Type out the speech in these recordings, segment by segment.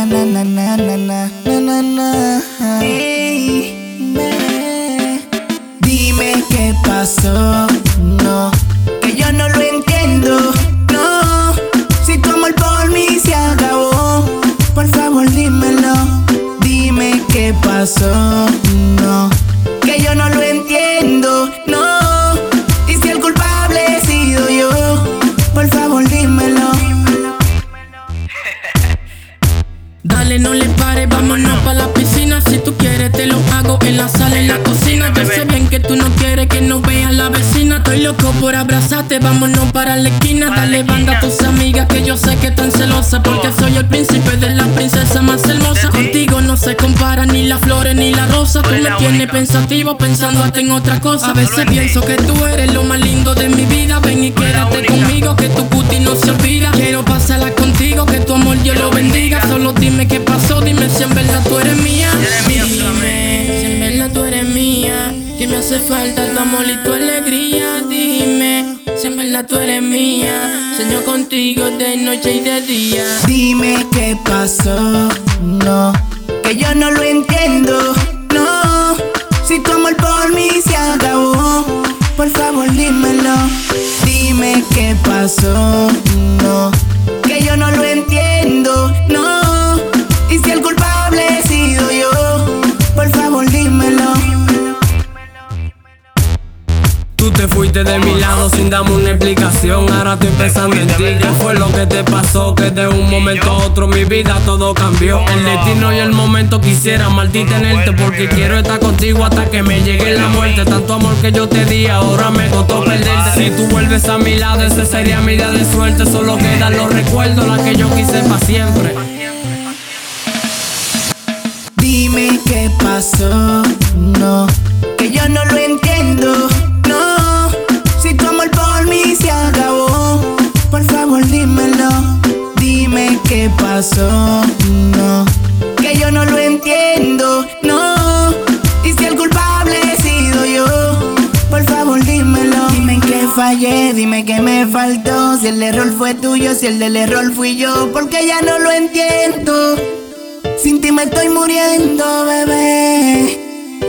na na na na na na na. Ey, bebé, dime qué pasó, no, que yo no lo entiendo, no. Si tu amor por mí se acabó, por favor dímelo. Dime qué pasó, no, que yo no lo entiendo, no. Y si el culpable he sido yo, por favor dímelo. Dale, no le pares, vámonos pa' la piscina. Si tú quieres te lo hago en la sala, en la cocina. Yo sé bien que tú no quieres que nos vea la vecina. Estoy loco por abrazarte, vámonos para la esquina. Dale banda a tus amigas que yo sé que están celosas, porque soy el príncipe de la princesa más hermosa. Contigo no se compara ni las flores ni la rosa. Tú me tienes pensativo pensando hasta en otra cosa. A veces pienso que tú eres lo más lindo de mi vida. Ven y quédate conmigo que tu cutie no se olvida. Quiero pasarla contigo, que tu amor yo lo bendiga. Solo dime qué pasó, dime si en verdad tú eres mía. Dime si en verdad tú eres mía, que me hace falta tu amor y tu alegría. Dime si en verdad tú eres mía, sueño contigo de noche y de día. Dime qué pasó, no, que yo no lo entiendo, no. Si tu amor por mí se acabó, por favor dímelo. Dime qué pasó, no, que yo no lo entiendo, no. Y si el culpable he sido yo, por favor dímelo. Tú te fuiste de mi lado sin darme una explicación. Ahora estoy pensando en ti. ¿Qué fue lo que te pasó? Que de un momento a otro mi vida todo cambió. El destino y el momento quisiera maldita tenerte, porque quiero estar contigo hasta que me llegue la muerte. Tanto amor que yo te di, ahora me costó perderte. Si tú vuelves a mi lado, ese sería mi día de suerte. Solo quedan los recuerdos, las que yo quise para siempre. Dime qué pasó, no, que yo no lo entiendo, no. Si tu amor por mí se acabó, por favor dímelo. Dime qué pasó, no, que yo no lo entiendo, no. Y si el culpable he sido yo, por favor dímelo. Dime en qué fallé, dime qué me faltó. Si el error fue tuyo, si el del error fui yo, porque ya no lo entiendo. Sin ti me estoy muriendo, bebé.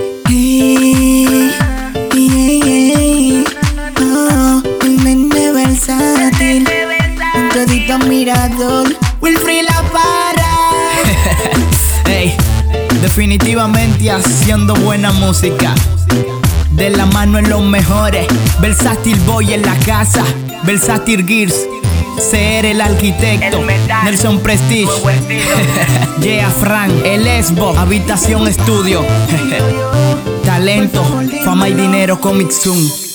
Oh, un nene versátil, un todito mirador, Wilfried La Parra. Ey, definitivamente haciendo buena música, de la mano en los mejores. Versátil Boy en la casa, Versátil Gears, CR el arquitecto, Nelson Prestige, Yeah Frank, el Esbo, Habitación Estudio. Talento, fama y dinero, Comic Zoom.